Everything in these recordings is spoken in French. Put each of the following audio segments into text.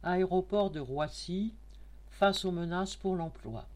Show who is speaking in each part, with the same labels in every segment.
Speaker 1: Aéroport de Roissy, face aux menaces pour l'emploi.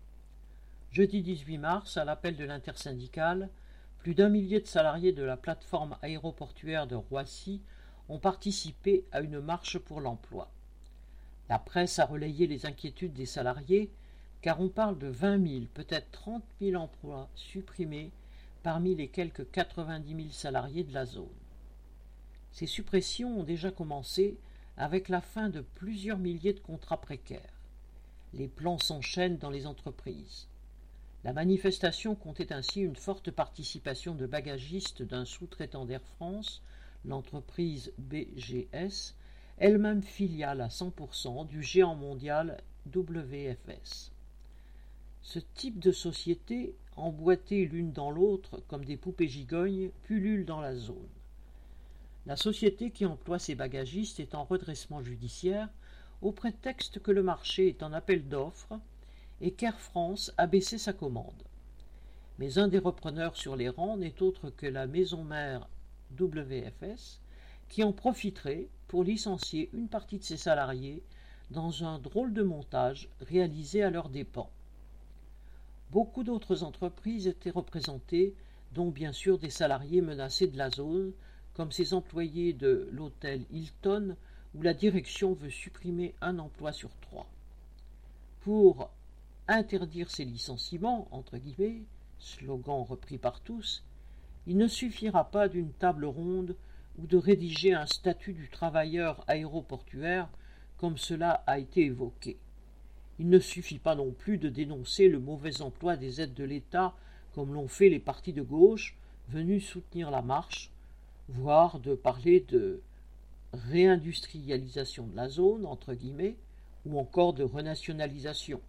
Speaker 1: Jeudi 18 mars, à l'appel de l'intersyndicale, plus d'1 millier de salariés de la plateforme aéroportuaire de Roissy ont participé à une marche pour l'emploi. La presse a relayé les inquiétudes des salariés, car on parle de 20 000, peut-être 30 000 emplois supprimés parmi les quelques 90 000 salariés de la zone. Ces suppressions ont déjà commencé avec la fin de plusieurs milliers de contrats précaires. Les plans s'enchaînent dans les entreprises. La manifestation comptait ainsi une forte participation de bagagistes d'un sous-traitant d'Air France, l'entreprise BGS, elle-même filiale à 100% du géant mondial WFS. Ce type de société, emboîtées l'une dans l'autre comme des poupées gigognes, pullule dans la zone. La société qui emploie ces bagagistes est en redressement judiciaire au prétexte que le marché est en appel d'offres et qu'Air France a baissé sa commande. Mais un des repreneurs sur les rangs n'est autre que la maison mère WFS qui en profiterait pour licencier une partie de ses salariés dans un drôle de montage réalisé à leurs dépens. Beaucoup d'autres entreprises étaient représentées, dont bien sûr des salariés menacés de la zone, comme ces employés de l'hôtel Hilton, où la direction veut supprimer un emploi sur 3. Pour interdire ces licenciements, entre guillemets, slogan repris par tous, il ne suffira pas d'une table ronde ou de rédiger un statut du travailleur aéroportuaire comme cela a été évoqué. Il ne suffit pas non plus de dénoncer le mauvais emploi des aides de l'État comme l'ont fait les partis de gauche venus soutenir la marche, voire de parler de réindustrialisation de la zone, entre guillemets, ou encore de renationalisation.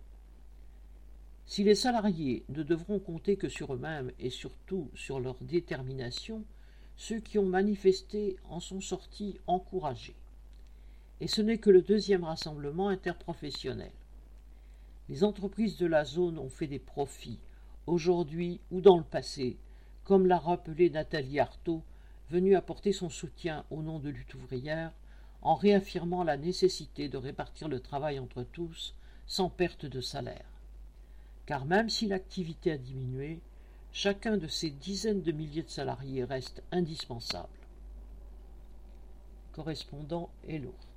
Speaker 1: Si les salariés ne devront compter que sur eux-mêmes et surtout sur leur détermination, ceux qui ont manifesté en sont sortis encouragés. Et ce n'est que le deuxième rassemblement interprofessionnel. Les entreprises de la zone ont fait des profits, aujourd'hui ou dans le passé, comme l'a rappelé Nathalie Arthaud, venue apporter son soutien au nom de Lutte ouvrière, en réaffirmant la nécessité de répartir le travail entre tous, sans perte de salaire. Car même si l'activité a diminué, chacun de ces dizaines de milliers de salariés reste indispensable. Correspondant Hello.